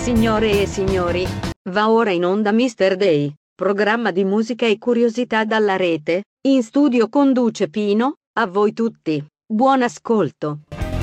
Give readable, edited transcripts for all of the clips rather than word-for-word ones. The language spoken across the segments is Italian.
Signore e signori, va ora in onda Mr. Day, programma di musica e curiosità dalla rete. In studio conduce Pino. A voi tutti, buon ascolto.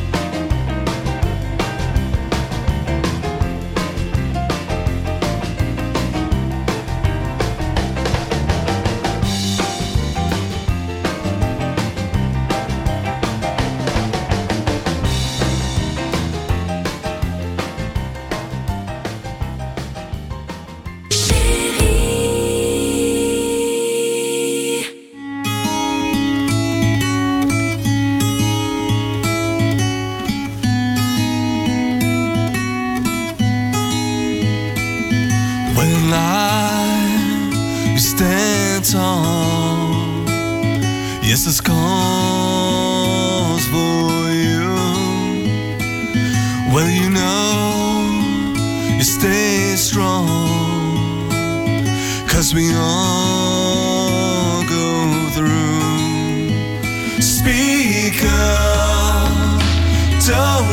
Yes, this calls for you. Well, you know, you stay strong, 'cause we all go through. Speak up, don't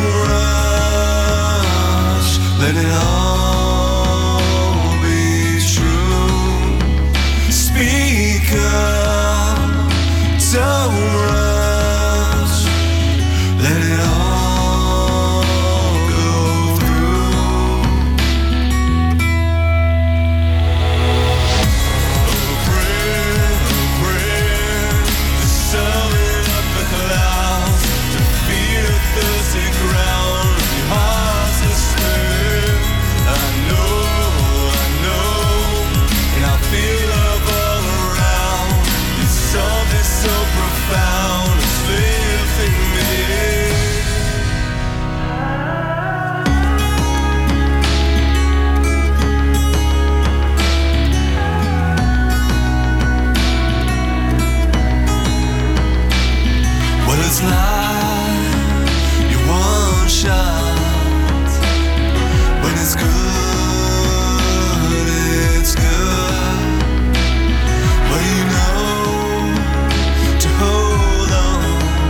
rush, let it all be true. Speak up, don't rush, let it all go through. A prayer, summing up the clouds, to feed a thirsty ground, your heart's asleep. I know, and I feel love all around. It's something so profound, it's lifting me. Well, it's like your one shot. When it's good, it's good. Well, you know to hold on,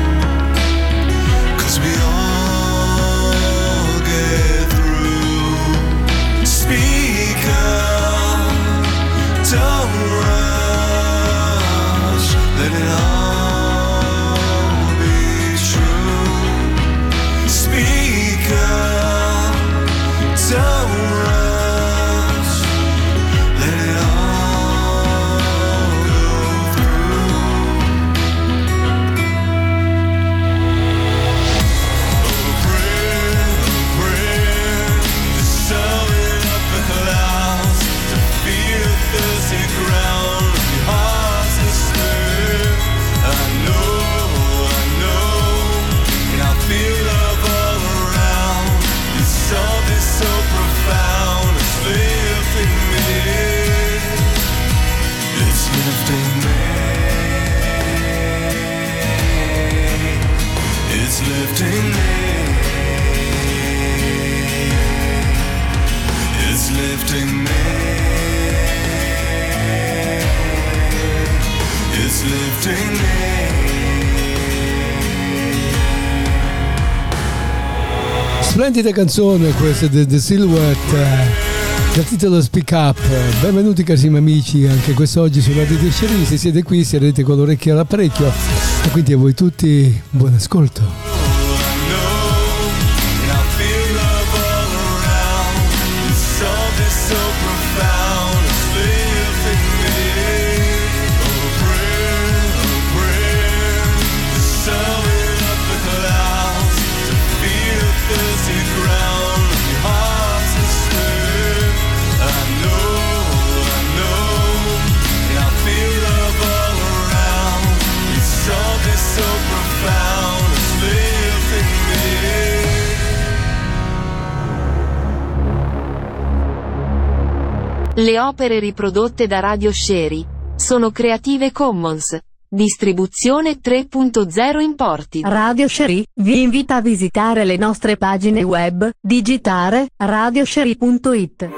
'cause we all get through. Speak up, don't rush, let it all be true. Speak up, don't rush, let it all go through. A prayer, summing up the clouds, to feed a thirsty ground, your heart's asleep. I know, and I feel love all around. It's something so profound, it's lifting me. It's lifting me. It's lifting me. It's lifting me. It's lifting me. Splendida canzone questa di The Silhouette, dal titolo Speak Up. Benvenuti carissimi amici anche quest'oggi su Radio Scieri. Se siete qui sarete con l'orecchio all'apparecchio e quindi a voi tutti buon ascolto. Le opere riprodotte da Radio Scieri sono Creative Commons. Distribuzione 3.0 imported. Radio Scieri vi invita a visitare le nostre pagine web, digitare radioscieri.it.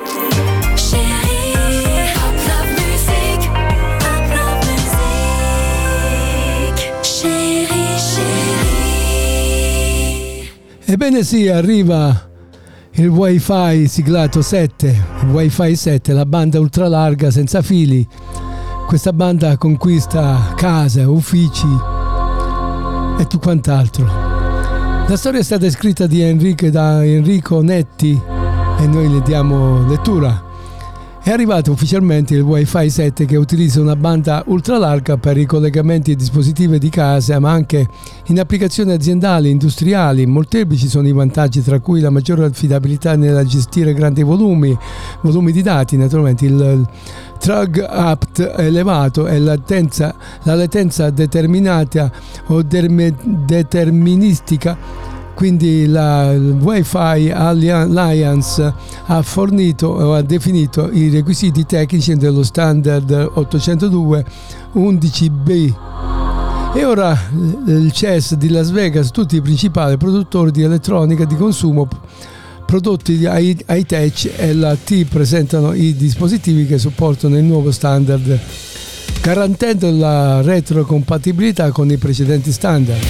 Ebbene sì, arriva il Wi-Fi siglato 7, il Wi-Fi 7, la banda ultralarga senza fili. Questa banda conquista case, uffici e tutto quant'altro. La storia è stata scritta da Enrico Netti e noi le diamo lettura. È arrivato ufficialmente il Wi-Fi 7 che utilizza una banda ultralarga per i collegamenti e dispositivi di casa, ma anche in applicazioni aziendali, industriali. Molteplici sono i vantaggi, tra cui la maggiore affidabilità nella gestire grandi volumi di dati, naturalmente il throughput elevato e la latenza determinata o deterministica. Quindi la Wi-Fi Alliance ha fornito o ha definito i requisiti tecnici dello standard 802.11b. E ora il CES di Las Vegas, tutti i principali produttori di elettronica di consumo prodotti high-tech e la T presentano i dispositivi che supportano il nuovo standard, garantendo la retrocompatibilità con i precedenti standard.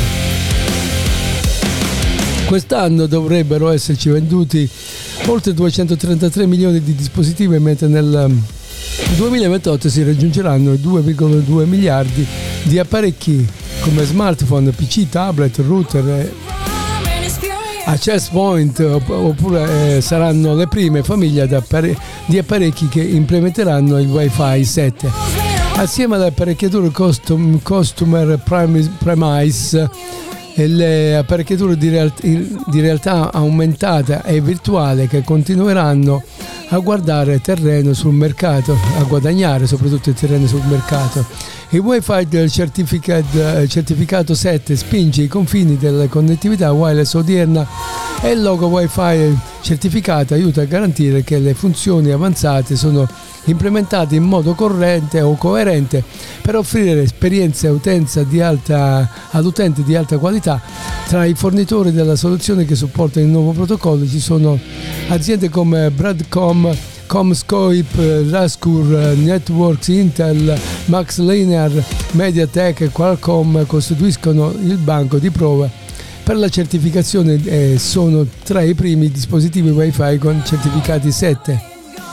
Quest'anno dovrebbero esserci venduti oltre 233 milioni di dispositivi, mentre nel 2028 si raggiungeranno i 2,2 miliardi di apparecchi come smartphone, PC, tablet, router, access point, oppure saranno le prime famiglie di apparecchi che implementeranno il Wi-Fi 7. Assieme alle apparecchiature customer premise e le apparecchiature di realtà aumentata e virtuale che continueranno a guardare terreno sul mercato, a guadagnare soprattutto il terreno sul mercato. Il Wi-Fi del certificato 7 spinge i confini della connettività wireless odierna e il logo Wi-Fi certificato aiuta a garantire che le funzioni avanzate sono implementate in modo corrente o coerente per offrire esperienze all'utente di alta qualità. Tra i fornitori della soluzione che supportano il nuovo protocollo ci sono aziende come Broadcom, Comscope, Rascur Networks, Intel, MaxLinear, MediaTek e Qualcomm costituiscono il banco di prova per la certificazione e sono tra i primi dispositivi Wi-Fi con certificati 7.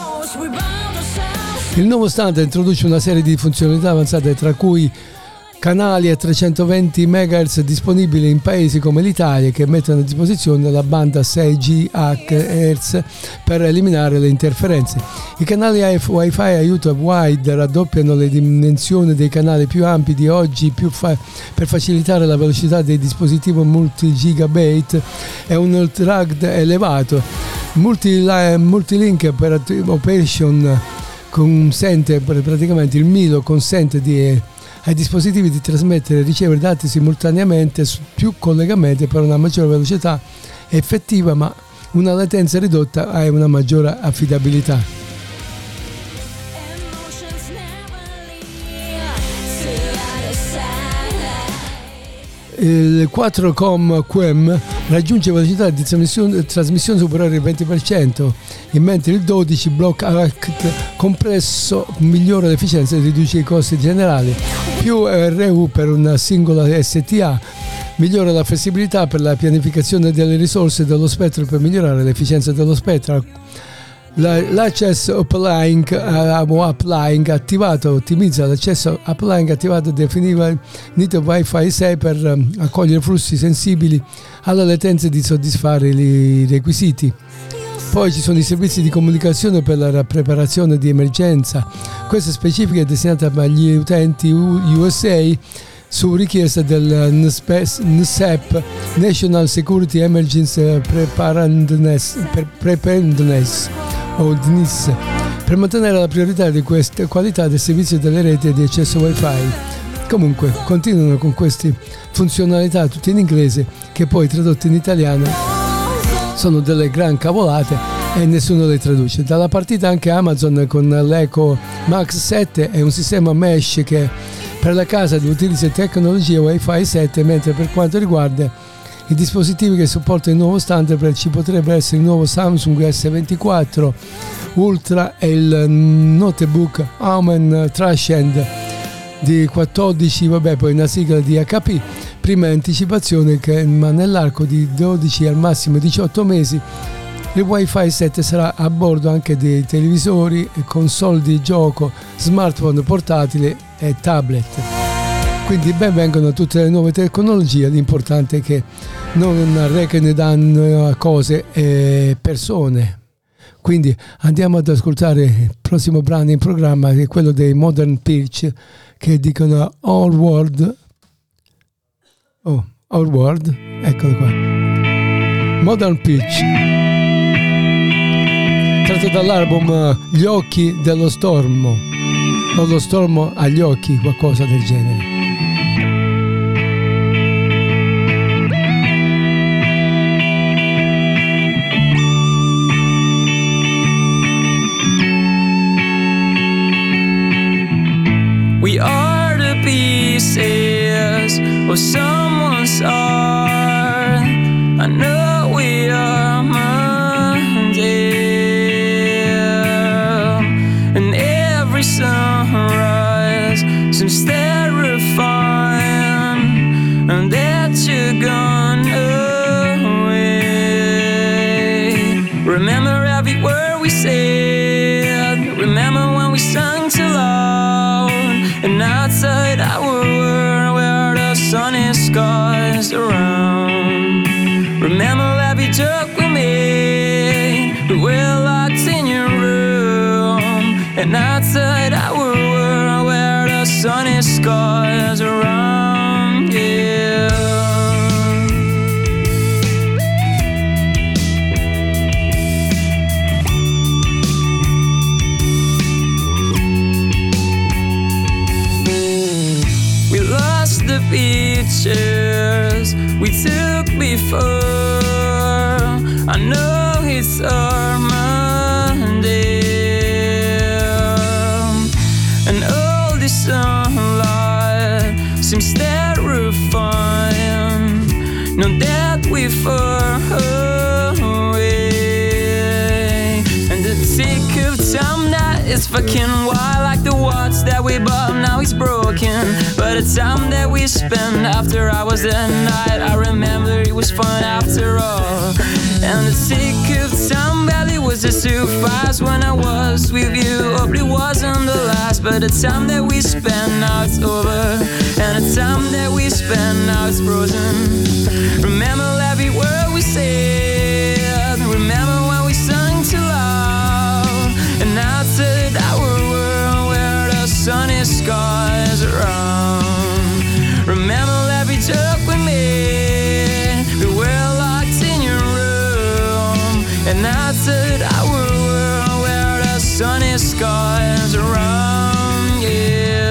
Il nuovo standard introduce una serie di funzionalità avanzate, tra cui canali a 320 MHz disponibili in paesi come l'Italia, che mettono a disposizione la banda 6 GHz per eliminare le interferenze. I canali Wi-Fi aiuto wide raddoppiano le dimensioni dei canali più ampi di oggi per facilitare la velocità dei dispositivi multi-gigabit e un RAG elevato. Multilink Operation consente, praticamente il MILO consente ai dispositivi di trasmettere e ricevere dati simultaneamente su più collegamenti per una maggiore velocità effettiva, ma una latenza ridotta e una maggiore affidabilità. Il 4Com QEM raggiunge velocità di trasmissione superiore al 20%, mentre il 12 Block Act compresso migliora l'efficienza e riduce i costi generali. Più RU per una singola STA migliora la flessibilità per la pianificazione delle risorse dello spettro per migliorare l'efficienza dello spettro. L'access uplink attivato ottimizza l'accesso uplink attivato definito Wi-Fi 6 per accogliere flussi sensibili alla latenza di soddisfare i requisiti. Poi ci sono i servizi di comunicazione per la preparazione di emergenza. Questa specifica è destinata agli utenti USA su richiesta del NSEP, National Security Emergency Preparedness o DNIS, per mantenere la priorità di questa qualità del servizio delle reti di accesso Wi-Fi. Comunque continuano con queste funzionalità tutte in inglese, che poi tradotte in italiano sono delle gran cavolate e nessuno le traduce. Dalla partita anche Amazon con l'Echo Max 7 è un sistema mesh che per la casa di utilizza tecnologia Wi-Fi 7, mentre per quanto riguarda i dispositivi che supportano il nuovo standard ci potrebbe essere il nuovo Samsung S24 Ultra e il notebook Omen Transcend di 14, poi una sigla di HP, prima anticipazione ma nell'arco di 12 al massimo 18 mesi Il Wi-Fi 7 sarà a bordo anche dei televisori, console di gioco, smartphone portatili e tablet. Quindi benvengono tutte le nuove tecnologie, l'importante è che non arrechino danno a cose e persone. Quindi andiamo ad ascoltare il prossimo brano in programma, che è quello dei Modern Pitch, che dicono All World. Oh, All World, eccolo qua. Modern Pitch, tratto dall'album Gli occhi dello stormo, o lo stormo agli occhi, qualcosa del genere. We are the pieces of someone's heart. I know we are Monday, and every sunrise seems terrifying, and that you're gone away. Remember every word we said. Remember when we sang too loud. And outside our world where the sunny skies around. Remember every joke we made. We were locked in your room. And outside our world where the sunny skies around. Yeah. Pictures we took before. I know it's our Monday, and all this sunlight seems terrifying. Now that we're far away, and the tick of time that is fucking wild, like the watch that we bought now is broken. But the time that we spent after hours at night, I remember it was fun after all. And the tick of time barely was just too fast when I was with you. Hope it wasn't the last, but the time that we spent now it's over. And the time that we spent now it's frozen. Remember every word we said. Remember when we sang too loud. And now to our world where the sunny skies around. Remember every joke we made. We were locked in your room. And outside our world where the sunny skies around. Yeah.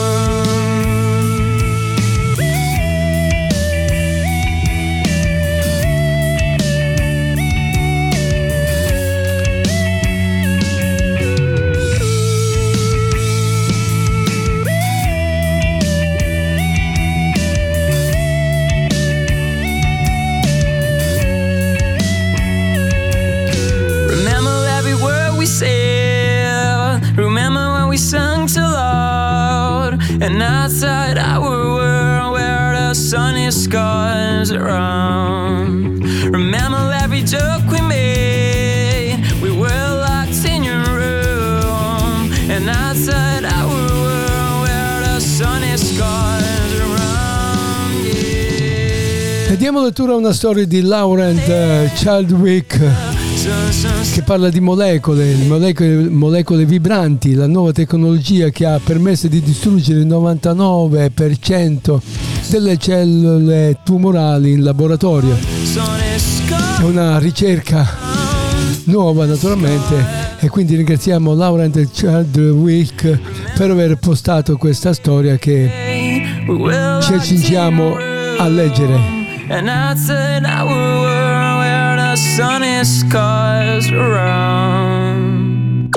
Remember when we sang too loud. And outside our world where the sunny skies around. Remember every joke we made. We were locked in your room. And outside our world where the sunny skies around. Yeah. E diamo lettura a una storia di Laurent Chadwick, che parla di molecole vibranti, la nuova tecnologia che ha permesso di distruggere il 99% delle cellule tumorali in laboratorio. È una ricerca nuova naturalmente, e quindi ringraziamo Laurent Chadwick per aver postato questa storia che ci accingiamo a leggere. And outside our world where the sunny skies around.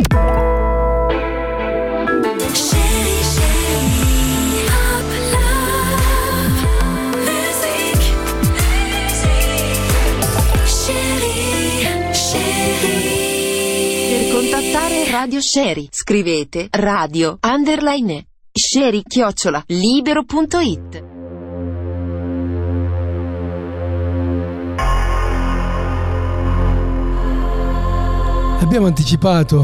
Chérie, chérie, hop love, musique, chérie, chérie. Per contattare Radio Sherry, scrivete radio_sherry@libero.it. Abbiamo anticipato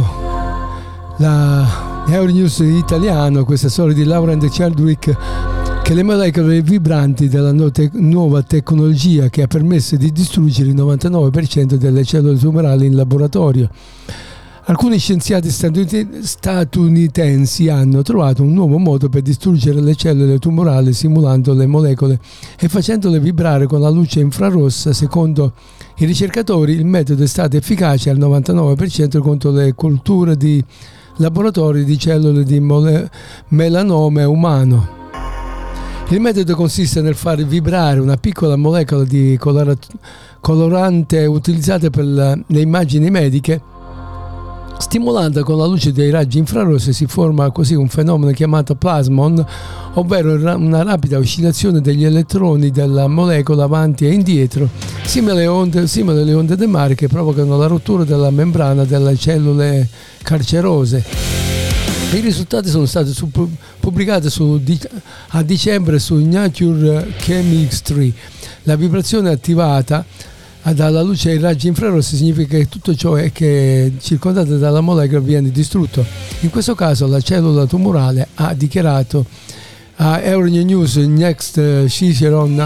la Euronews in italiano, questa storia di Laurent Chadwick, che le molecole vibranti della nuova tecnologia che ha permesso di distruggere il 99% delle cellule tumorali in laboratorio. Alcuni scienziati statunitensi hanno trovato un nuovo modo per distruggere le cellule tumorali simulando le molecole e facendole vibrare con la luce infrarossa. Secondo i ricercatori, il metodo è stato efficace al 99% contro le colture di laboratorio di cellule di melanoma umano. Il metodo consiste nel far vibrare una piccola molecola di colorante utilizzata per le immagini mediche. Stimolata con la luce dei raggi infrarossi si forma così un fenomeno chiamato plasmon, ovvero una rapida oscillazione degli elettroni della molecola avanti e indietro, simile alle onde del mare che provocano la rottura della membrana delle cellule cancerose. I risultati sono stati pubblicati a dicembre su Nature Chemistry. La vibrazione attivata dalla luce ai raggi infrarossi significa che tutto ciò che è circondato dalla molecola viene distrutto. In questo caso la cellula tumorale ha dichiarato a Euronews Next Ciceron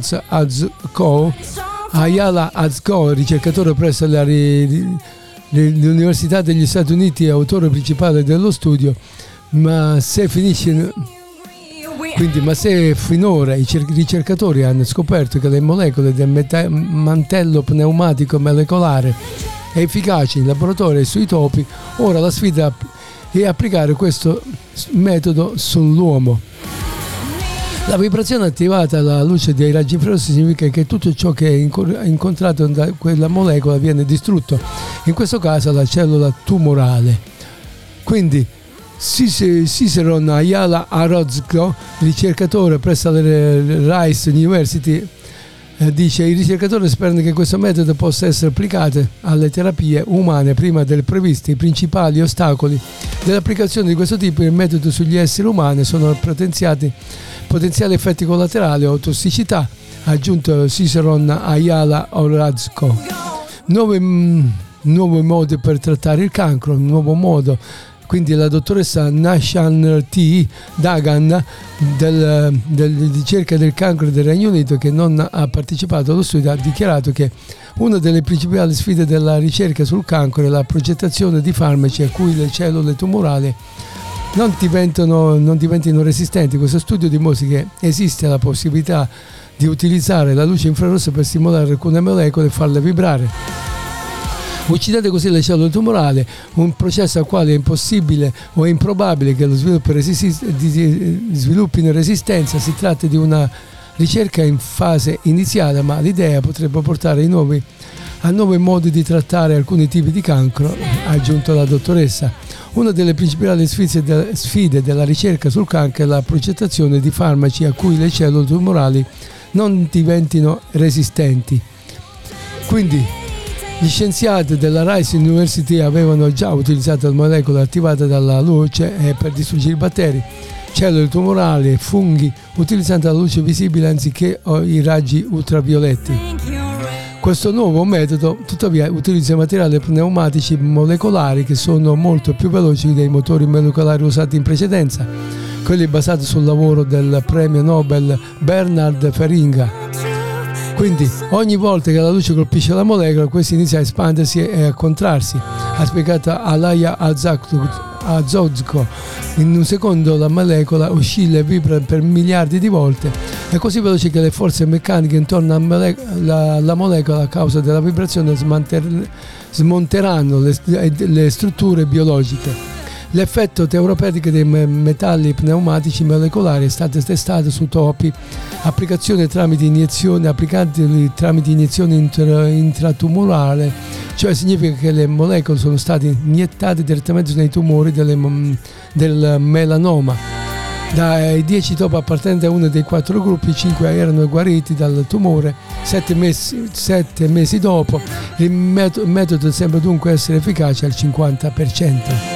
Ayala Azko, ricercatore presso l'Università degli Stati Uniti e autore principale dello studio, ma se finora i ricercatori hanno scoperto che le molecole del mantello pneumatico molecolare è efficace in laboratorio e sui topi, ora la sfida è applicare questo metodo sull'uomo. La vibrazione attivata alla luce dei raggi infrarossi significa che tutto ciò che è incontrato da quella molecola viene distrutto, in questo caso la cellula tumorale. Quindi Ciceron Ayala Arozco, ricercatore presso la Rice University, dice: i ricercatori sperano che questo metodo possa essere applicato alle terapie umane prima del previsto. I principali ostacoli dell'applicazione di questo tipo di metodo sugli esseri umani sono potenziali effetti collaterali o tossicità, ha aggiunto Ciceron Ayala Arozco. Nuovi modi per trattare il cancro, un nuovo modo. Quindi la dottoressa Nashan T. Dagan della ricerca del cancro del Regno Unito, che non ha partecipato allo studio, ha dichiarato che una delle principali sfide della ricerca sul cancro è la progettazione di farmaci a cui le cellule tumorali non diventino resistenti. Questo studio dimostra che esiste la possibilità di utilizzare la luce infrarossa per stimolare alcune molecole e farle vibrare, uccidete così le cellule tumorali, un processo al quale è impossibile o è improbabile che lo sviluppino resistenza. Si tratta di una ricerca in fase iniziale, ma l'idea potrebbe portare a nuovi modi di trattare alcuni tipi di cancro, ha aggiunto la dottoressa. Una delle principali sfide della ricerca sul cancro è la progettazione di farmaci a cui le cellule tumorali non diventino resistenti. Quindi gli scienziati della Rice University avevano già utilizzato la molecola attivata dalla luce per distruggere i batteri, cellule tumorali e funghi utilizzando la luce visibile anziché i raggi ultravioletti. Questo nuovo metodo tuttavia utilizza materiali pneumatici molecolari che sono molto più veloci dei motori molecolari usati in precedenza, quelli basati sul lavoro del premio Nobel Bernard Feringa. Quindi ogni volta che la luce colpisce la molecola, questa inizia a espandersi e a contrarsi, ha spiegato Alaya Azozco. In un secondo la molecola oscilla e vibra per miliardi di volte. È così veloce che le forze meccaniche intorno alla molecola a causa della vibrazione smonteranno le strutture biologiche. L'effetto terapeutico dei metalli pneumatici molecolari è stato testato su topi, applicandoli tramite iniezione intratumorale, cioè significa che le molecole sono state iniettate direttamente nei tumori del melanoma. Dai 10 topi appartenenti a uno dei 4 gruppi, 5 erano guariti dal tumore 7 mesi dopo. Il metodo sembra dunque essere efficace al 50%.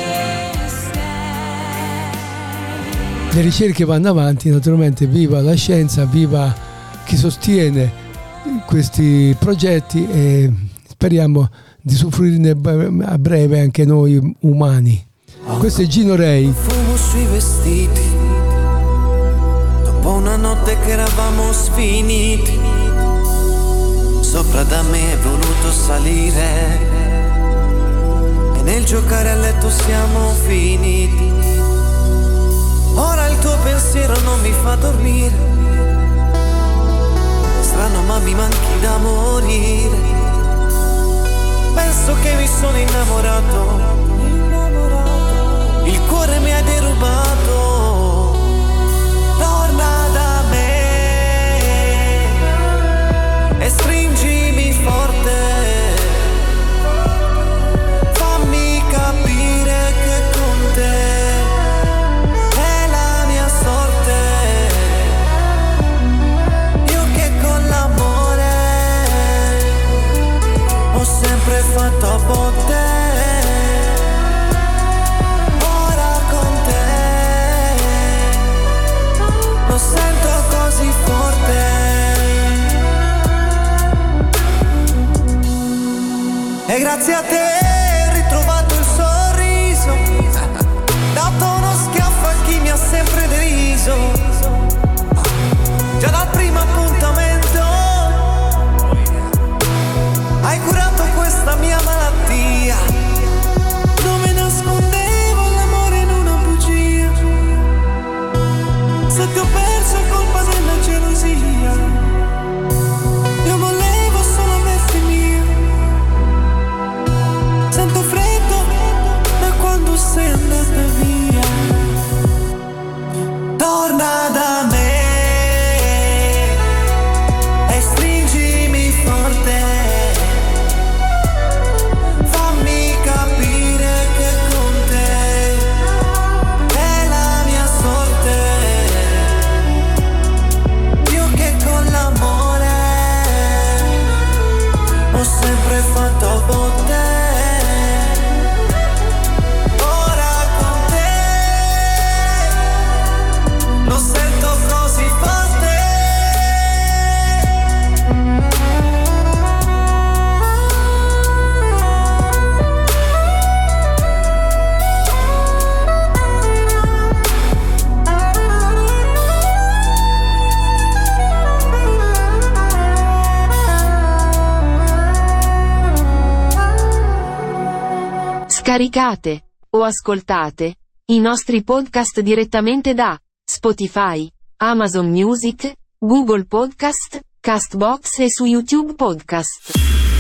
Le ricerche vanno avanti, naturalmente viva la scienza, viva chi sostiene questi progetti e speriamo di soffrirne a breve anche noi umani. Questo è Gino Rey. Fumo sui vestiti, dopo una notte che eravamo sfiniti, sopra da me è voluto salire e nel giocare a letto siamo finiti. Ora il tuo pensiero non mi fa dormire, strano ma mi manchi da morire. Penso che mi sono innamorato, il cuore mi hai derubato. Torna da me e stringimi forte, fammi capire che con te è la mia sorte. Io che con l'amore ho sempre fatto a botte, lo sento così forte. E grazie a te ho ritrovato il sorriso, dato uno schiaffo a chi mi ha sempre deriso. Già dal primo appuntamento hai curato questa mia malattia, dove nascondevo l'amore in una bugia. Se ti ho perso è colpa della gelosia, io volevo solo averti mia. Sento freddo da quando sei andata via. Torna da me e stringimi forte, fammi capire che con te è la mia sorte. Io che con l'amore ho sempre fatto a botte, ora con te lo sento così forte. Scaricate o ascoltate i nostri podcast direttamente da Spotify, Amazon Music, Google Podcast, Castbox e su YouTube Podcast.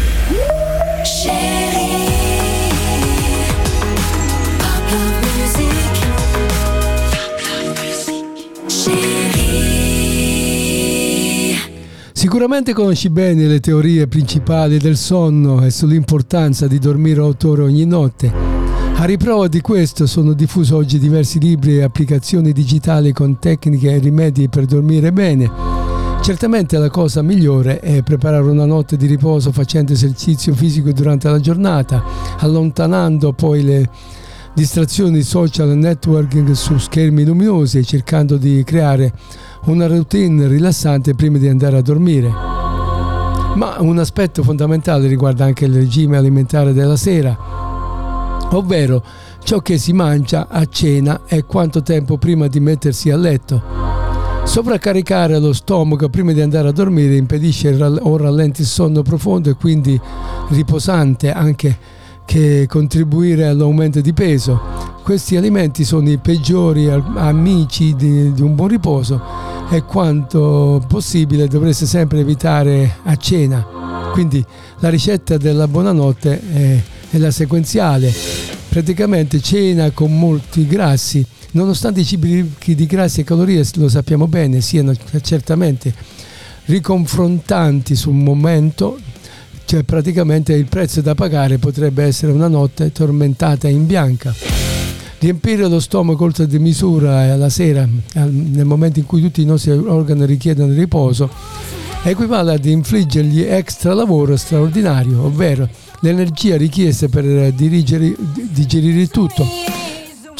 Sicuramente conosci bene le teorie principali del sonno e sull'importanza di dormire 8 ore ogni notte. A riprova di questo sono diffusi oggi diversi libri e applicazioni digitali con tecniche e rimedi per dormire bene. Certamente la cosa migliore è preparare una notte di riposo facendo esercizio fisico durante la giornata, allontanando poi le distrazioni social networking su schermi luminosi e cercando di creare una routine rilassante prima di andare a dormire. Ma un aspetto fondamentale riguarda anche il regime alimentare della sera, ovvero ciò che si mangia a cena e quanto tempo prima di mettersi a letto. Sovraccaricare lo stomaco prima di andare a dormire impedisce o rallenta il sonno profondo e quindi riposante, anche che contribuire all'aumento di peso. Questi alimenti sono i peggiori amici di un buon riposo e quanto possibile dovreste sempre evitare a cena. Quindi la ricetta della buonanotte è la sequenziale. Praticamente cena con molti grassi, nonostante i cibi ricchi di grassi e calorie, lo sappiamo bene, siano certamente riconfrontanti sul momento, cioè praticamente il prezzo da pagare potrebbe essere una notte tormentata in bianca. Riempire lo stomaco oltre di misura alla sera, nel momento in cui tutti i nostri organi richiedono riposo, equivale ad infliggergli extra lavoro straordinario, ovvero l'energia richiesta per digerire tutto.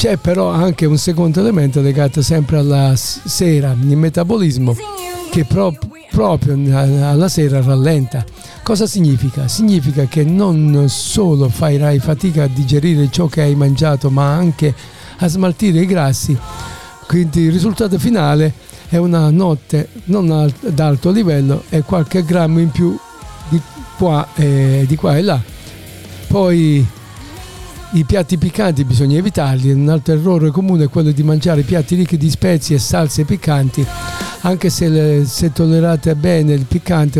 C'è però anche un secondo elemento legato sempre alla sera, il metabolismo, che proprio alla sera rallenta. Cosa significa? Significa che non solo farai fatica a digerire ciò che hai mangiato, ma anche a smaltire i grassi. Quindi il risultato finale è una notte non ad alto livello e qualche grammo in più di qua e là. Poi i piatti piccanti bisogna evitarli. Un altro errore comune è quello di mangiare piatti ricchi di spezie e salse piccanti, anche se tollerate bene il piccante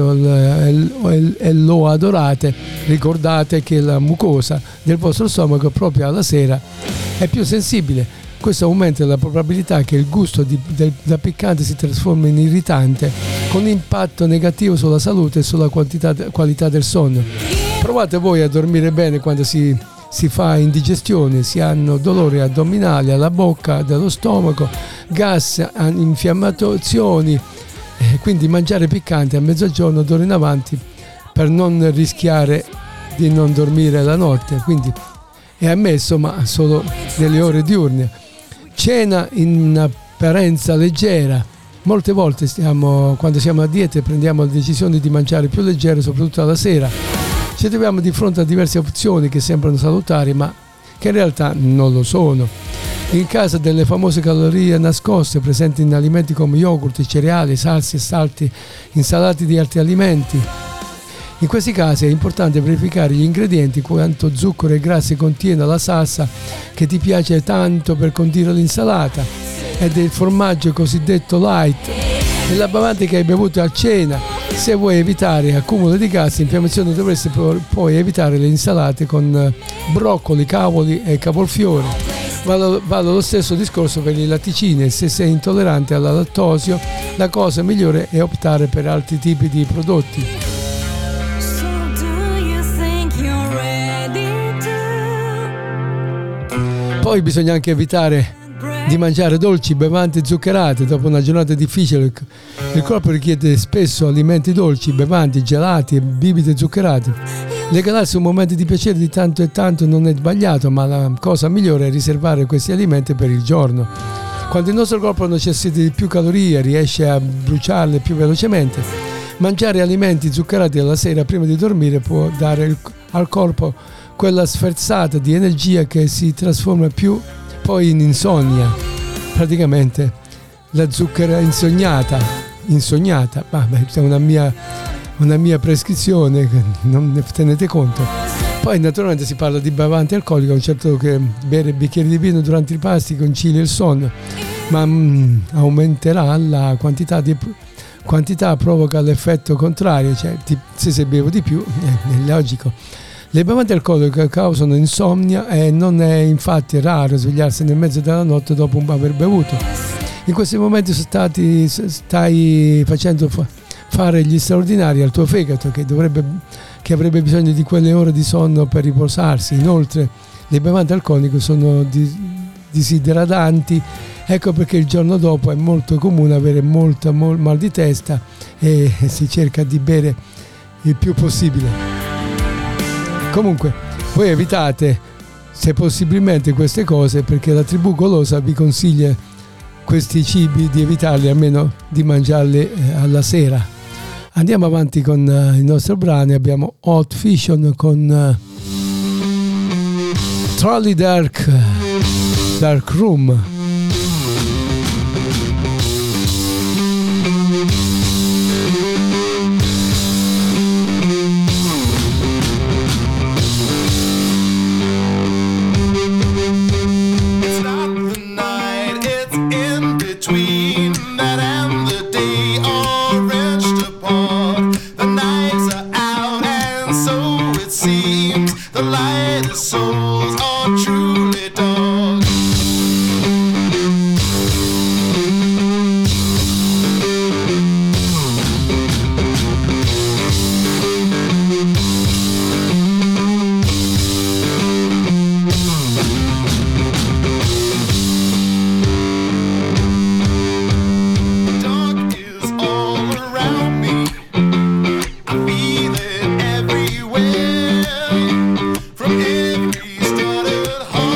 e lo adorate. Ricordate che la mucosa del vostro stomaco proprio alla sera è più sensibile. Questo aumenta la probabilità che il gusto da piccante si trasformi in irritante, con impatto negativo sulla salute e sulla qualità del sonno. Provate voi a dormire bene quando si fa indigestione, si hanno dolori addominali alla bocca, dello stomaco, gas, infiammazioni, quindi mangiare piccante a mezzogiorno d'ora in avanti per non rischiare di non dormire la notte. Quindi è ammesso, ma solo nelle ore diurne. Cena in apparenza leggera. Molte volte quando siamo a dieta prendiamo la decisione di mangiare più leggero, soprattutto alla sera. Ci troviamo di fronte a diverse opzioni che sembrano salutari, ma che in realtà non lo sono. In casa delle famose calorie nascoste presenti in alimenti come yogurt, cereali, salse, salti, insalati di altri alimenti. In questi casi è importante verificare gli ingredienti, quanto zucchero e grassi contiene la salsa che ti piace tanto per condire l'insalata, ed il formaggio cosiddetto light, e la bevanda che hai bevuto a cena. Se vuoi evitare accumulo di gas e infiammazione dovresti poi evitare le insalate con broccoli, cavoli e cavolfiore. Vale lo stesso discorso per i latticini. Se sei intollerante alla lattosio, la cosa migliore è optare per altri tipi di prodotti. Poi bisogna anche evitare di mangiare dolci, bevande zuccherate. Dopo una giornata difficile il corpo richiede spesso alimenti dolci, bevande, gelati e bibite zuccherate. Regalarsi un momento di piacere di tanto e tanto non è sbagliato, ma la cosa migliore è riservare questi alimenti per il giorno. Quando il nostro corpo necessita di più calorie, riesce a bruciarle più velocemente. Mangiare alimenti zuccherati alla sera prima di dormire può dare al corpo quella sferzata di energia che si trasforma poi in insonnia. Praticamente la zucchera insognata. Vabbè, è una mia prescrizione, non ne tenete conto. Poi naturalmente si parla di bevande alcoliche, certo che bere bicchieri di vino durante i pasti concilia il sonno, ma aumenterà la quantità provoca l'effetto contrario, cioè se bevo di più è logico. Le bevande alcoliche causano insonnia e non è infatti raro svegliarsi nel mezzo della notte dopo aver bevuto. In questi momenti stai facendo fare gli straordinari al tuo fegato, che avrebbe bisogno di quelle ore di sonno per riposarsi. Inoltre le bevande alcoliche sono disidratanti, ecco perché il giorno dopo è molto comune avere molto mal di testa e si cerca di bere il più possibile. Comunque, voi evitate se possibilmente queste cose, perché la tribù golosa vi consiglia questi cibi di evitarli, almeno di mangiarli alla sera. Andiamo avanti con il nostro brano. Abbiamo Hot Fusion con Trolley Dark Room. Souls are truly dog. From every started heart.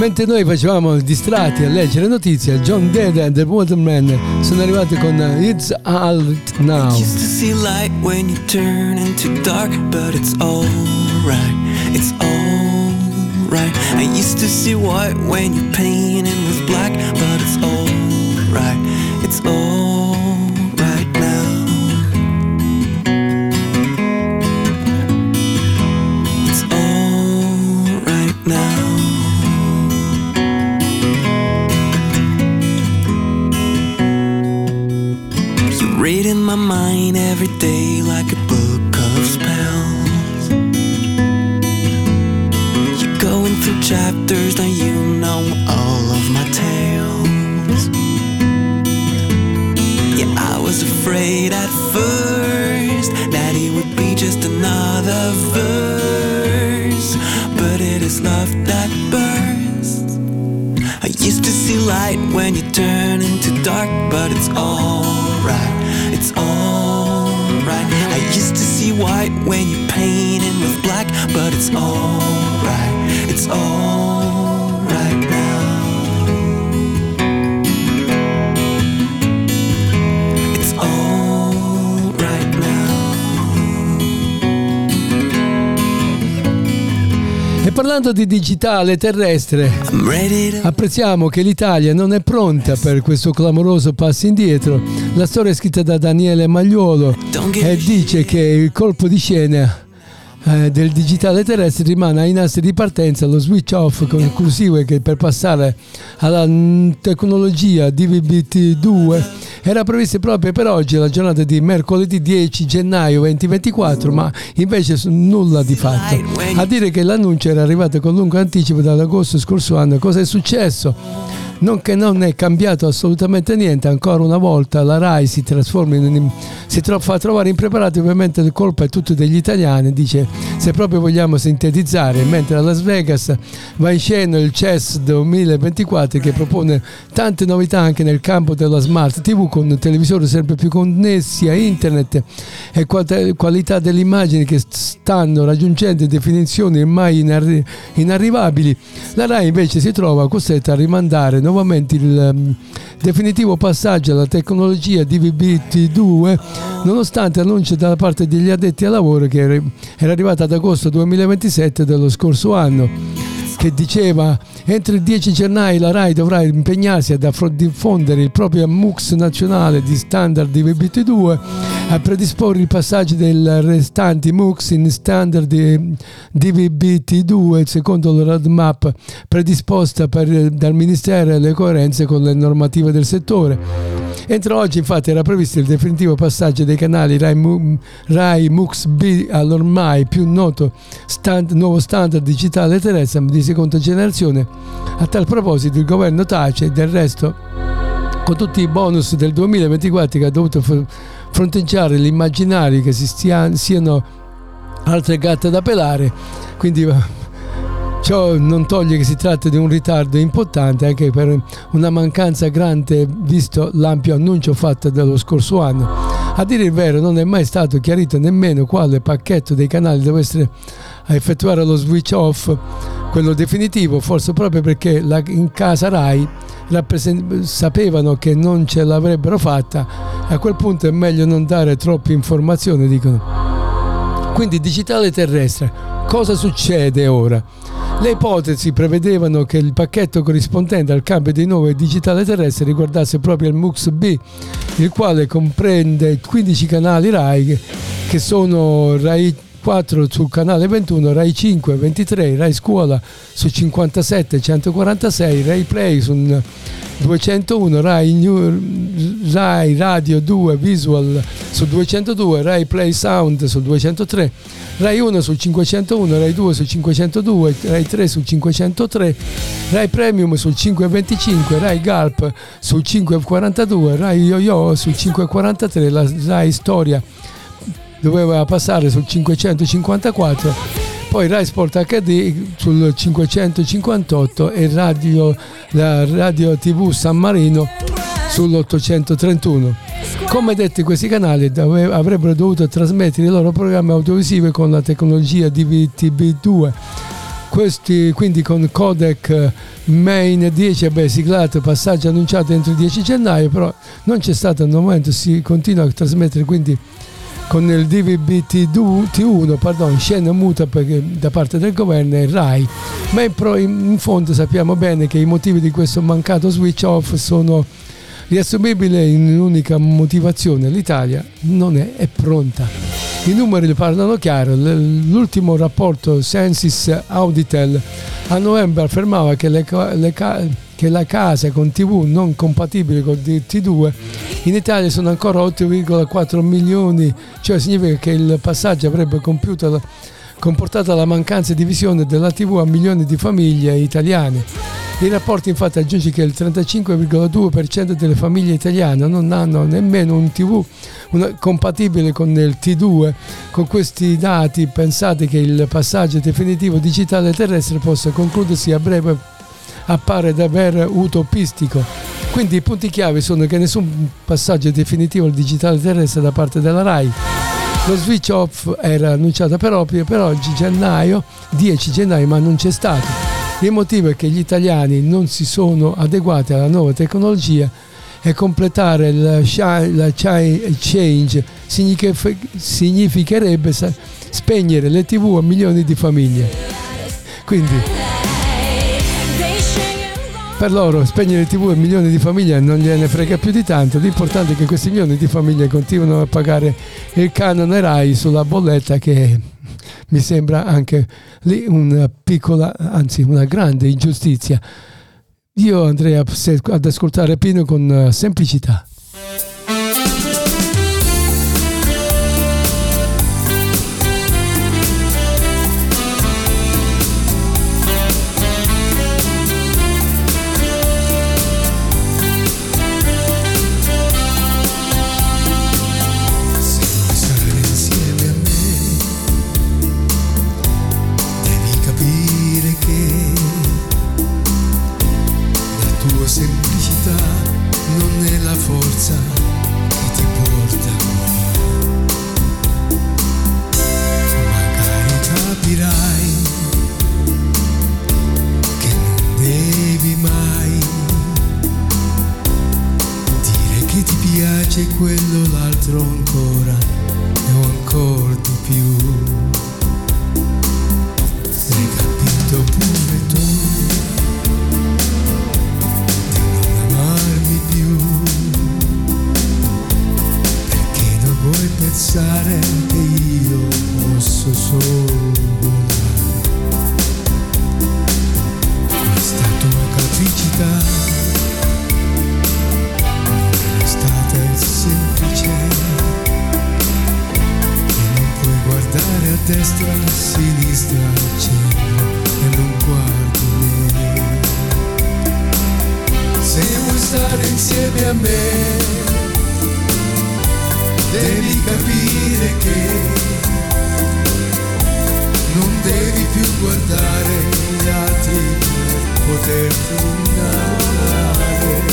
Mentre noi facevamo distratti a leggere notizie, John Dead and the Waterman sono arrivati con It's All Now. I used to see light when you turn into dark, but it's alright, it's alright. I used to see white when you painted with black, but it's alright, it's alright now. It's alright now. Read in my mind every day like a book of spells. You're going through chapters, now you know all of my tales. Yeah, I was afraid at first that it would be just another verse, but it is love that bursts. I used to see light when you turn into dark, but it's alright, it's alright. I used to see white when you painted with black, but it's alright, it's alright now. It's alright now. E parlando di digitale terrestre, apprezziamo che l'Italia non è pronta per questo clamoroso passo indietro. La storia è scritta da Daniele Magliuolo e dice che il colpo di scena del digitale terrestre rimane ai nastri di partenza lo switch off conclusivo, che per passare alla tecnologia DVB-T2 era previsto proprio per oggi, la giornata di mercoledì 10 gennaio 2024, ma invece nulla di fatto. A dire che l'annuncio era arrivato con lungo anticipo dall'agosto scorso anno. Cosa è successo? Non è cambiato assolutamente niente. Ancora una volta la RAI si fa trovare impreparati. Ovviamente il colpo è tutto degli italiani, dice, se proprio vogliamo sintetizzare. Mentre a Las Vegas va in scena il CES 2024, che propone tante novità anche nel campo della smart TV, con televisori sempre più connessi a internet e qualità delle immagini che stanno raggiungendo definizioni mai inarrivabili. La RAI invece si trova costretta a rimandare nuovamente il definitivo passaggio alla tecnologia DVB-T2, nonostante l'annuncio da parte degli addetti ai lavori che era arrivata ad agosto 2027 dello scorso anno, che diceva: entro il 10 gennaio la RAI dovrà impegnarsi a diffondere il proprio MUX nazionale di standard DVB-T2, a predisporre il passaggio dei restanti MUX in standard DVB-T2 secondo la roadmap predisposta dal Ministero e le coerenze con le normative del settore. Entro oggi infatti era previsto il definitivo passaggio dei canali RAI MUX B all'ormai più noto nuovo standard digitale terrestre di seconda generazione. A tal proposito il governo tace, del resto, con tutti i bonus del 2024 che ha dovuto fronteggiare l'immaginario che siano altre gatte da pelare, quindi ciò non toglie che si tratta di un ritardo importante anche per una mancanza grande visto l'ampio annuncio fatto dello scorso anno. A dire il vero non è mai stato chiarito nemmeno quale pacchetto dei canali dovesse effettuare lo switch off, quello definitivo, forse proprio perché in casa RAI sapevano che non ce l'avrebbero fatta. A quel punto è meglio non dare troppe informazioni, dicono. Quindi digitale terrestre, cosa succede ora? Le ipotesi prevedevano che il pacchetto corrispondente al cambio di nuovo digitale terrestre riguardasse proprio il MUX B, il quale comprende 15 canali RAI che sono RAI 4 sul canale 21, RAI 5, 23, RAI Scuola su 57, 146, RAI Play su 201, RAI Radio 2 Visual su 202, RAI Play Sound su 203, RAI 1 sul 501, RAI 2 sul 502, RAI 3 sul 503, RAI Premium sul 525, RAI Galp sul 542, RAI Yo-Yo sul 543, la RAI Storia doveva passare sul 554, poi Rai Sport HD sul 558 e la Radio TV San Marino sull'831. Come detto, questi canali avrebbero dovuto trasmettere i loro programmi audiovisivi con la tecnologia DVB-T2. questi quindi con codec main 10 siglato, passaggio annunciato entro il 10 gennaio, però non c'è stato al momento, si continua a trasmettere quindi con il DVB-T1, scena muta da parte del governo e RAI, ma in fondo sappiamo bene che i motivi di questo mancato switch off sono riassumibili in un'unica motivazione: l'Italia non è pronta. I numeri parlano chiaro. L'ultimo rapporto Census Auditel a novembre affermava che la casa con TV non compatibile con DT2 in Italia sono ancora 8,4 milioni, cioè significa che il passaggio avrebbe comportato la mancanza di visione della TV a milioni di famiglie italiane. Il rapporto infatti aggiunge che il 35,2% delle famiglie italiane non hanno nemmeno un TV compatibile con il T2. Con questi dati pensate che il passaggio definitivo digitale terrestre possa concludersi a breve appare davvero utopistico. Quindi i punti chiave sono che nessun passaggio definitivo al digitale terrestre da parte della RAI. Lo switch off era annunciato per oggi 10 gennaio, ma non c'è stato. Il motivo è che gli italiani non si sono adeguati alla nuova tecnologia e completare la change significherebbe spegnere le TV a milioni di famiglie. Quindi per loro spegnere le TV a milioni di famiglie non gliene frega più di tanto. L'importante è che questi milioni di famiglie continuino a pagare il canone RAI sulla bolletta, che mi sembra anche lì una grande ingiustizia. Io andrei ad ascoltare Pino con Semplicità. Semplicità non è la forza che ti porta qua. Magari capirai che non devi mai dire che ti piace quello, l'altro ancora e ancora di più. Hai capito pure tu vuoi pensare che io posso solo volare. Questa tua capacità non è stata semplice, e non puoi guardare a destra, a sinistra, al cielo e non guardi me. Se vuoi stare insieme a me devi capire che non devi più guardare gli altri per poterti innamorare.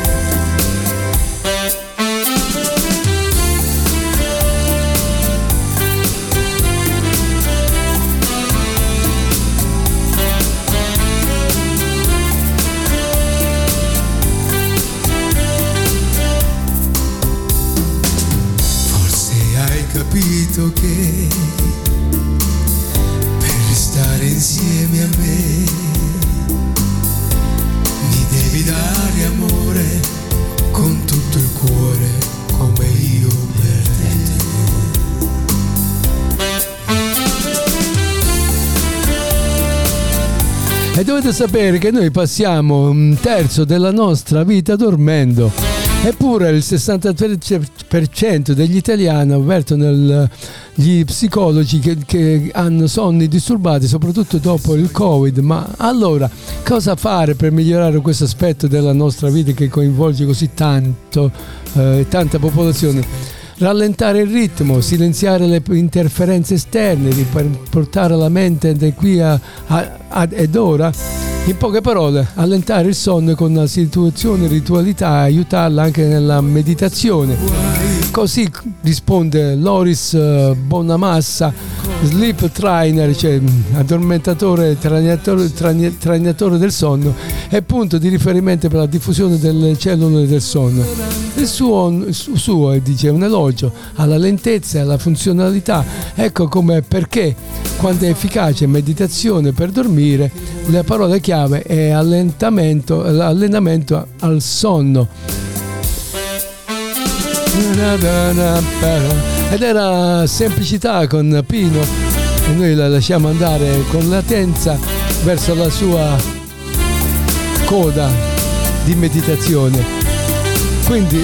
Capito che per restare insieme a me mi devi dare amore con tutto il cuore, come io per te. E dovete sapere che noi passiamo un terzo della nostra vita dormendo. Eppure il 63% degli italiani avvertono gli psicologi che hanno sonni disturbati, soprattutto dopo il Covid. Ma allora, cosa fare per migliorare questo aspetto della nostra vita che coinvolge così tanta popolazione? Rallentare il ritmo, silenziare le interferenze esterne, portare la mente da qui ed ora. In poche parole, allentare il sonno con una situazione ritualità, aiutarla anche nella meditazione. Così risponde Loris Bonamassa, sleep trainer, cioè addormentatore, trainatore del sonno, è punto di riferimento per la diffusione delle cellule del sonno. Il suo dice, è un elogio alla lentezza e alla funzionalità. Ecco come perché quando è efficace meditazione per dormire, la parola chiave è allenamento al sonno. Ed era Semplicità con Pino, e noi la lasciamo andare con latenza verso la sua coda di meditazione. Quindi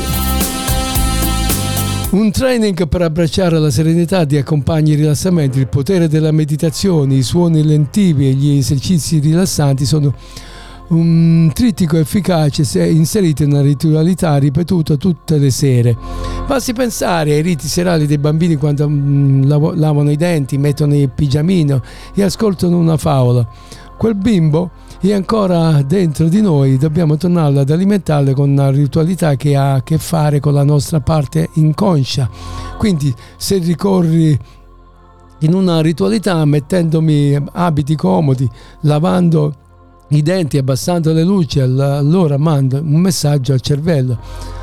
un training per abbracciare la serenità di accompagni rilassamenti, il potere della meditazione, i suoni lentivi e gli esercizi rilassanti sono un trittico efficace se inserito in una ritualità ripetuta tutte le sere. Basti pensare ai riti serali dei bambini quando lavano i denti, mettono il pigiamino e ascoltano una favola. Quel bimbo è ancora dentro di noi, dobbiamo tornarlo ad alimentarlo con una ritualità che ha a che fare con la nostra parte inconscia. Quindi se ricorri in una ritualità mettendomi abiti comodi, lavando i denti, abbassando le luci, allora mando un messaggio al cervello,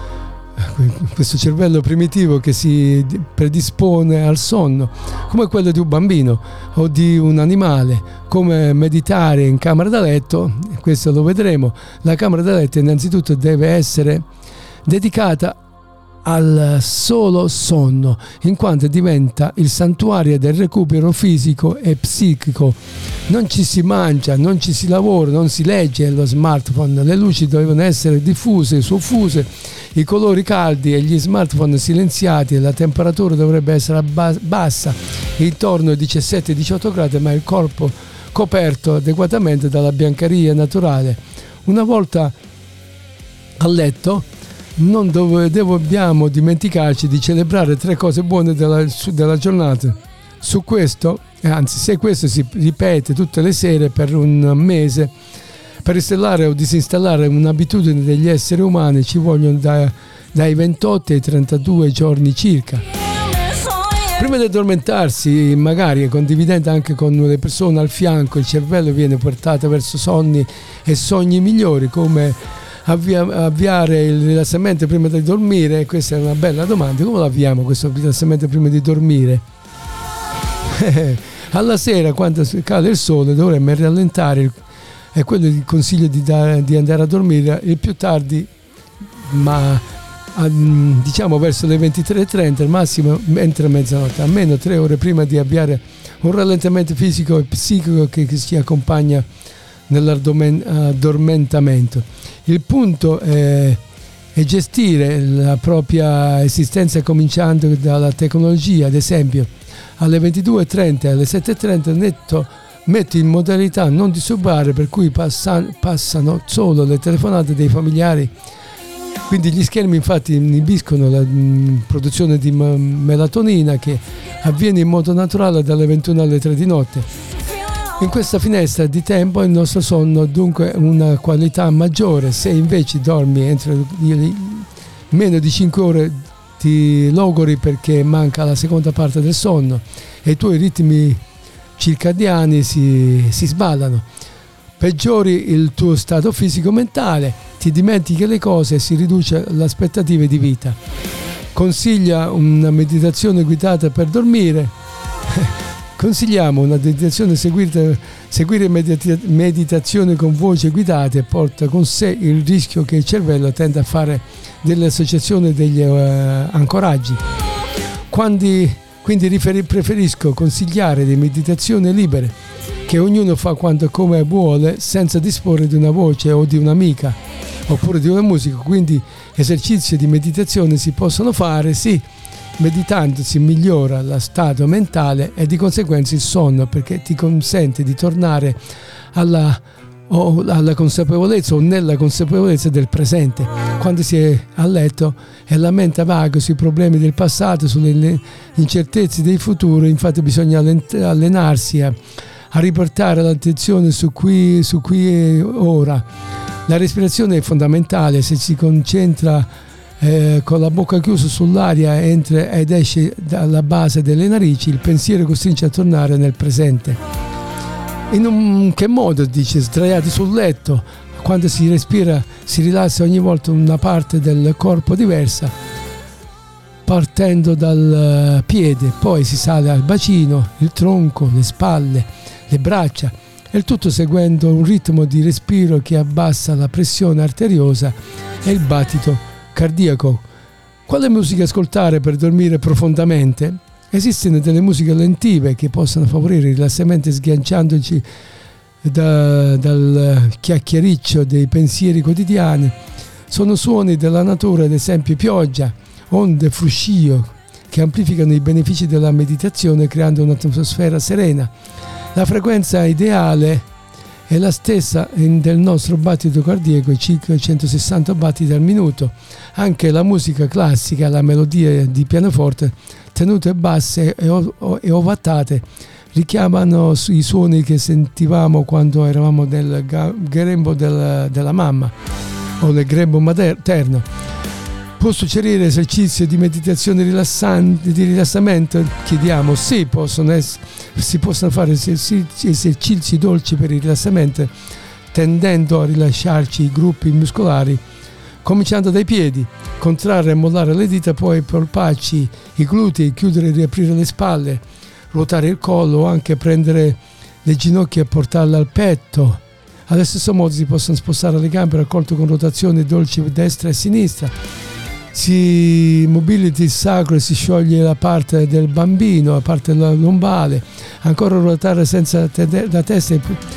questo cervello primitivo che si predispone al sonno, come quello di un bambino o di un animale. Come meditare in camera da letto, questo lo vedremo. La camera da letto innanzitutto deve essere dedicata al solo sonno, in quanto diventa il santuario del recupero fisico e psichico. Non ci si mangia, non ci si lavora, non si legge lo smartphone, le luci devono essere diffuse, soffuse, i colori caldi e gli smartphone silenziati, e la temperatura dovrebbe essere bassa, intorno ai 17-18 gradi, ma il corpo coperto adeguatamente dalla biancheria naturale. Una volta a letto non dobbiamo dimenticarci di celebrare 3 cose buone della giornata. Su questo, anzi, se questo si ripete tutte le sere per un mese, per installare o disinstallare un'abitudine degli esseri umani ci vogliono dai 28 ai 32 giorni circa. Prima di addormentarsi, magari condividendo anche con le persone al fianco, il cervello viene portato verso sonni e sogni migliori. Come avviare il rilassamento prima di dormire? Questa è una bella domanda. Come lo avviamo questo rilassamento prima di dormire? Alla sera, quando cade il sole, dovremmo rallentare, è quello il consiglio di andare a dormire il più tardi, ma diciamo verso le 23:30, al massimo entro mezzanotte, almeno 3 ore prima di avviare un rallentamento fisico e psichico che si accompagna nell'addormentamento. Il punto è gestire la propria esistenza cominciando dalla tecnologia. Ad esempio, alle 22:30 e alle 7:30 metto in modalità non disturbare, per cui passano solo le telefonate dei familiari. Quindi gli schermi infatti inibiscono la produzione di melatonina, che avviene in modo naturale dalle 21 alle 3 di notte. In questa finestra di tempo il nostro sonno ha dunque una qualità maggiore. Se invece dormi entro meno di 5 ore ti logori perché manca la seconda parte del sonno e i tuoi ritmi circadiani si sballano. Peggiori il tuo stato fisico-mentale, ti dimentichi le cose e si riduce l'aspettativa di vita. Consiglia una meditazione guidata per dormire. Consigliamo una meditazione, seguire meditazione con voce guidate porta con sé il rischio che il cervello tenda a fare delle associazioni, degli ancoraggi. Quindi preferisco consigliare le meditazioni libere, che ognuno fa quando e come vuole, senza disporre di una voce o di un'amica oppure di una musica. Quindi esercizi di meditazione si possono fare, sì. Meditando si migliora lo stato mentale e di conseguenza il sonno, perché ti consente di tornare alla consapevolezza o nella consapevolezza del presente. Quando si è a letto e la mente vaga sui problemi del passato, sulle incertezze del futuro, infatti bisogna allenarsi a riportare l'attenzione su qui e ora. La respirazione è fondamentale. Se si concentra con la bocca chiusa sull'aria entra ed esce dalla base delle narici, il pensiero costringe a tornare nel presente. In che modo? Dice, sdraiati sul letto, quando si respira si rilassa ogni volta una parte del corpo diversa, partendo dal piede, poi si sale al bacino, il tronco, le spalle, le braccia, e il tutto seguendo un ritmo di respiro che abbassa la pressione arteriosa e il battito cardiaco. Quale musica ascoltare per dormire profondamente? Esistono delle musiche lentive che possono favorire il rilassamento sganciandoci dal chiacchiericcio dei pensieri quotidiani. Sono suoni della natura, ad esempio pioggia, onde, fruscio, che amplificano i benefici della meditazione creando un'atmosfera serena. La frequenza ideale è la stessa del nostro battito cardiaco, circa 160 battiti al minuto. Anche la musica classica, la melodia di pianoforte, tenute basse e ovattate, richiamano i suoni che sentivamo quando eravamo nel grembo della mamma o nel grembo materno. Può suggerire esercizi di meditazione rilassanti, di rilassamento? Chiediamo, sì, si possono fare esercizi dolci per il rilassamento, tendendo a rilasciarci i gruppi muscolari, cominciando dai piedi, contrarre e mollare le dita, poi polpacci, i glutei, chiudere e riaprire le spalle, ruotare il collo, anche prendere le ginocchia e portarle al petto. Allo stesso modo si possono spostare le gambe raccolte con rotazioni dolci destra e sinistra. Si mobilita il sacro e si scioglie la parte del bambino, la parte lombare, ancora ruotare senza la testa,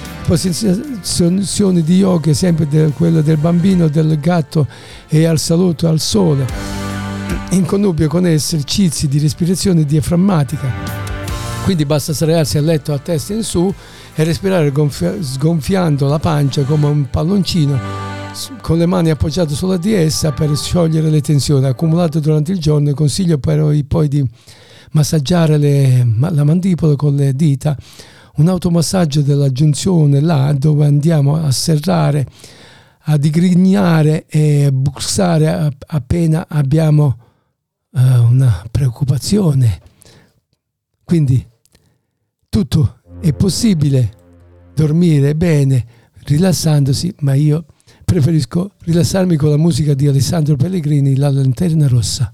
posizioni di yoga, sempre quella del bambino, del gatto e al saluto al sole, in connubio con esercizi di respirazione diaframmatica. Quindi basta sdraiarsi a letto a testa in su e respirare sgonfiando la pancia come un palloncino, con le mani appoggiate sulla di essa per sciogliere le tensioni accumulate durante il giorno. Consiglio poi di massaggiare la mandibola con le dita, un automassaggio della giunzione, là dove andiamo a serrare, a digrignare e bussare appena abbiamo una preoccupazione. Quindi tutto è possibile, dormire bene rilassandosi, ma io preferisco rilassarmi con la musica di Alessandro Pellegrini, La Lanterna Rossa.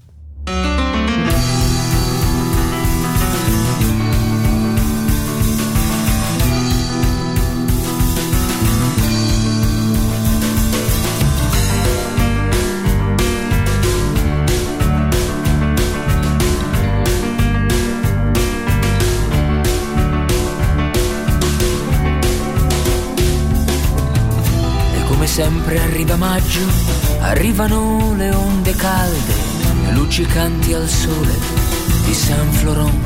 Sempre arriva maggio, arrivano le onde calde, luccicanti al sole di San Florent.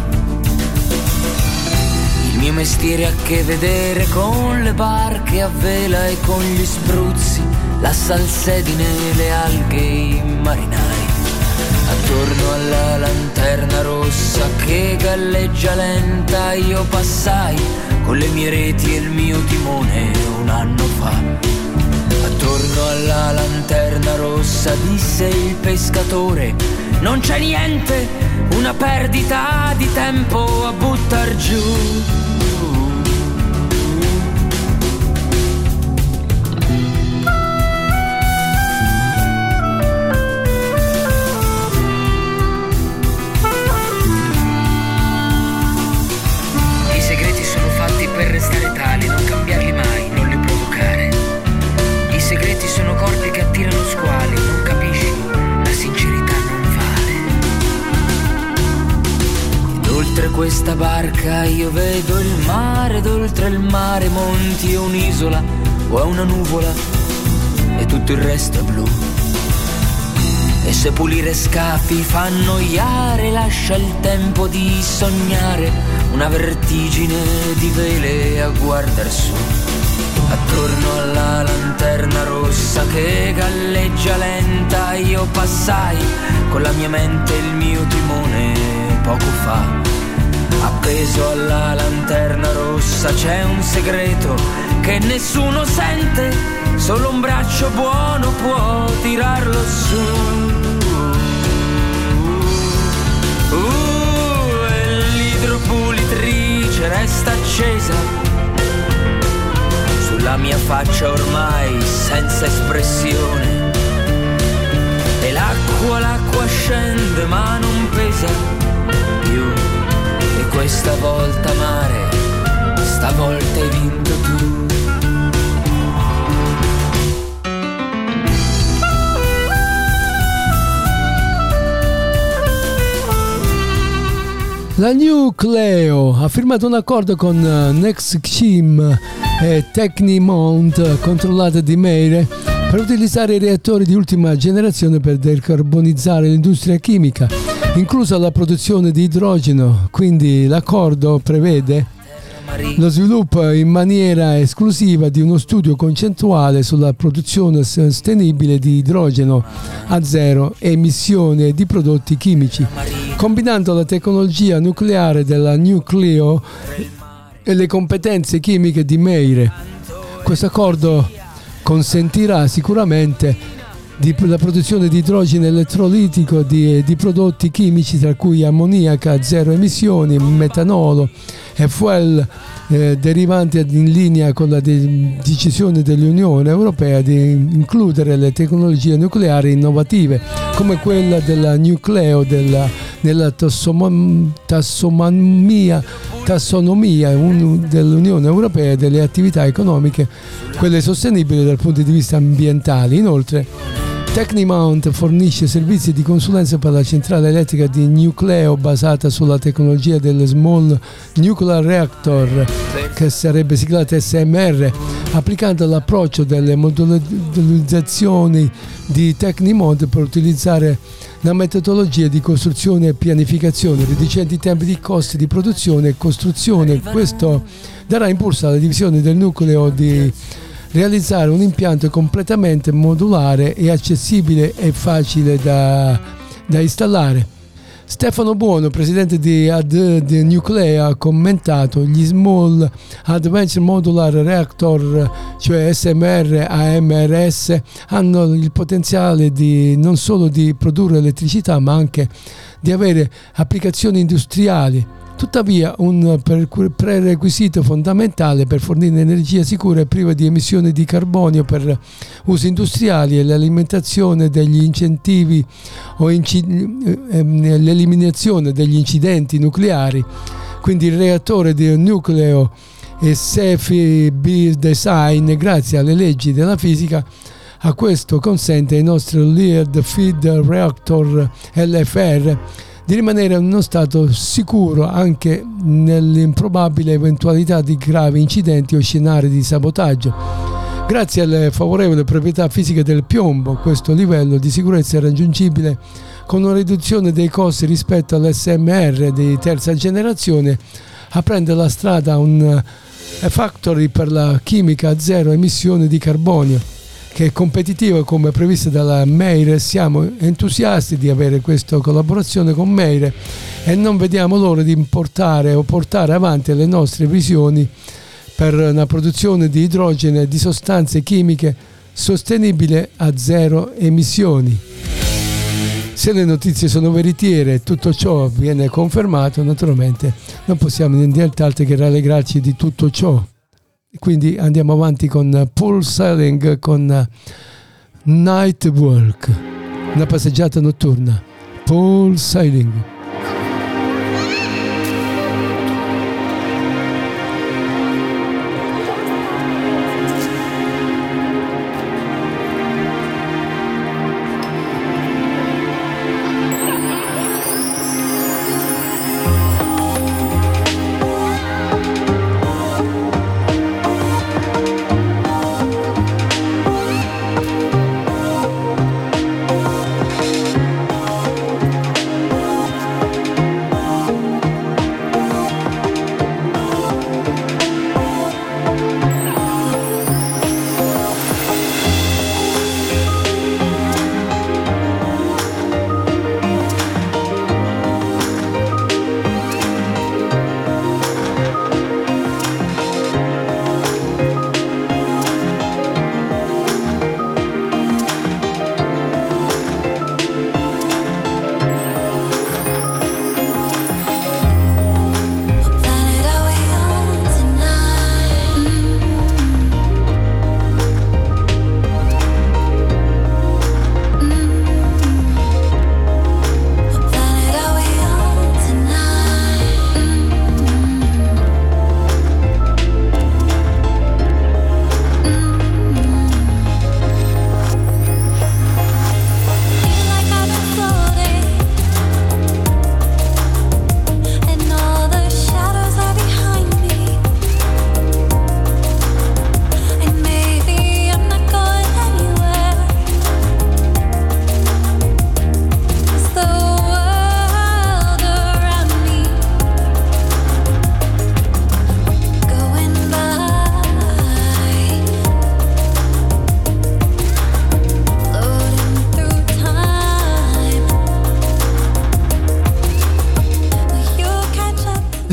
Il mio mestiere ha a che vedere con le barche a vela e con gli spruzzi, la salsedine, le alghe, i marinai. Attorno alla lanterna rossa che galleggia lenta io passai con le mie reti e il mio timone un anno fa. Attorno alla lanterna rossa disse il pescatore: non c'è niente, una perdita di tempo a buttar giù. I segreti sono fatti per restare tali, non cambiarli mai, non li provocare. I segreti sono corpi che attirano squali, non capisci? La sincerità non vale. Ed oltre questa barca io vedo il mare, ed oltre il mare monti e un'isola o è una nuvola e tutto il resto è blu. E se pulire scafi fa annoiare, lascia il tempo di sognare, una vertigine di vele a guardar su. Attorno alla lanterna rossa che galleggia lenta io passai con la mia mente e il mio timone poco fa. Appeso alla lanterna rossa c'è un segreto che nessuno sente, solo un braccio buono può tirarlo su. testa accesa, sulla mia faccia ormai senza espressione. E l'acqua scende ma non pesa più. E questa volta mare, stavolta hai vinto tu. La Nucleo ha firmato un accordo con Nextchim e Tecnimont, controllata di Meire, per utilizzare i reattori di ultima generazione per decarbonizzare l'industria chimica, inclusa la produzione di idrogeno. Quindi l'accordo prevede lo sviluppo in maniera esclusiva di uno studio concettuale sulla produzione sostenibile di idrogeno a zero emissione di prodotti chimici, combinando la tecnologia nucleare della Nucleo e le competenze chimiche di Meire. Questo accordo consentirà sicuramente la produzione di idrogeno elettrolitico di prodotti chimici, tra cui ammoniaca a zero emissioni, metanolo e fuel derivanti in linea con la decisione dell'Unione Europea di includere le tecnologie nucleari innovative come quella della Nucleo nella tassonomia dell'Unione Europea e delle attività economiche, quelle sostenibili dal punto di vista ambientale. Inoltre Tecnimont fornisce servizi di consulenza per la centrale elettrica di Nucleo basata sulla tecnologia del Small Nuclear Reactor, che sarebbe siglata SMR, applicando l'approccio delle modularizzazioni di Tecnimont per utilizzare la metodologia di costruzione e pianificazione, riducendo i tempi di costi di produzione e costruzione. Questo darà impulso alla divisione del nucleo di realizzare un impianto completamente modulare e accessibile e facile da installare. Stefano Buono, presidente di Nucleo, ha commentato: gli Small Advanced Modular Reactor, cioè SMR AMRS, hanno il potenziale non solo di produrre elettricità ma anche di avere applicazioni industriali. Tuttavia, un prerequisito fondamentale per fornire energia sicura e priva di emissioni di carbonio per usi industriali è l'alimentazione degli incentivi o l'eliminazione degli incidenti nucleari. Quindi il reattore di Nucleo e SEFI B-Design, grazie alle leggi della fisica, a questo consente ai nostri Lead Feed Reactor LFR di rimanere in uno stato sicuro anche nell'improbabile eventualità di gravi incidenti o scenari di sabotaggio. Grazie alle favorevoli proprietà fisiche del piombo, questo livello di sicurezza è raggiungibile con una riduzione dei costi rispetto all'SMR di terza generazione, aprendo la strada a un factory per la chimica a zero emissione di carbonio, che è competitiva come previsto dalla Meire. Siamo entusiasti di avere questa collaborazione con Meire e non vediamo l'ora di importare o portare avanti le nostre visioni per una produzione di idrogeno e di sostanze chimiche sostenibile a zero emissioni. Se le notizie sono veritiere e tutto ciò viene confermato, naturalmente non possiamo nient'altro che rallegrarci di tutto ciò. Quindi andiamo avanti con Paul Sailing con Night Walk, una passeggiata notturna. Paul Sailing.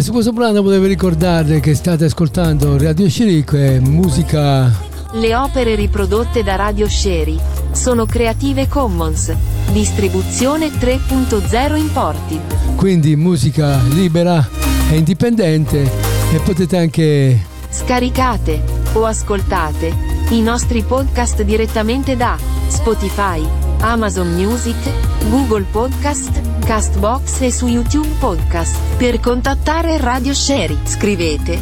E su questo brano volevo ricordarle che state ascoltando Radio Scerie, è musica. Le opere riprodotte da Radio Scerie sono Creative Commons. Distribuzione 3.0 Imported. Quindi musica libera e indipendente, e potete anche Scaricate o ascoltate i nostri podcast direttamente da Spotify, Amazon Music, Google Podcast, Castbox e su YouTube Podcast. Per contattare Radio Scerie scrivete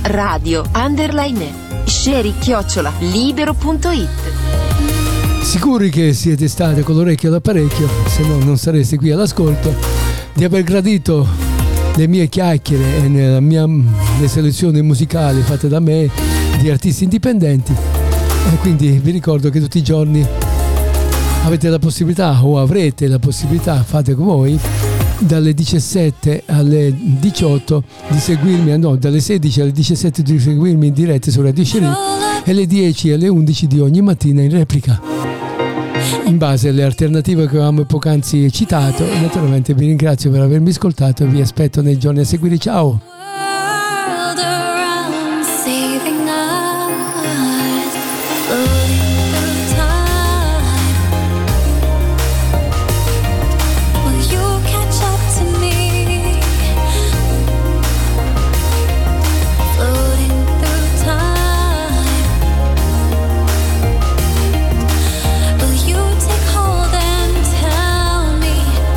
radio_scerie@libero.it. sicuri che siete state con l'orecchio all'apparecchio, se no non sareste qui all'ascolto, di aver gradito le mie chiacchiere e le selezioni musicali fatte da me di artisti indipendenti. E quindi vi ricordo che tutti i giorni avete la possibilità, o avrete la possibilità, fate con voi, dalle 17 alle 18 di seguirmi, dalle 16 alle 17 di seguirmi in diretta su Radio Scerie, e alle 10 alle 11 di ogni mattina in replica, in base alle alternative che avevamo poc'anzi citato. E naturalmente vi ringrazio per avermi ascoltato e vi aspetto nei giorni a seguire. Ciao! World around, saving us, floating through time. Will you catch up to me? Floating through time. Will you take hold and tell me?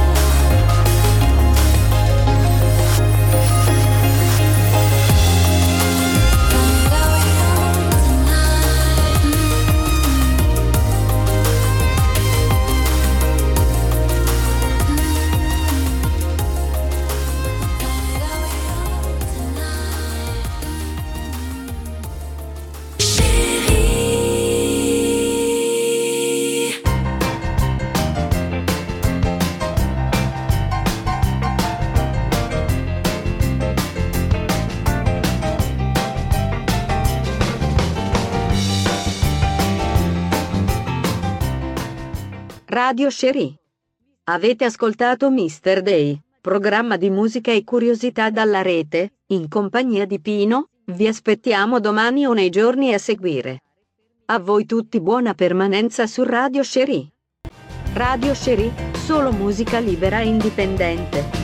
Radio Scerie. Avete ascoltato Mr. Day, programma di musica e curiosità dalla rete, in compagnia di Pino. Vi aspettiamo domani o nei giorni a seguire. A voi tutti buona permanenza su Radio Scerie. Radio Scerie, solo musica libera e indipendente.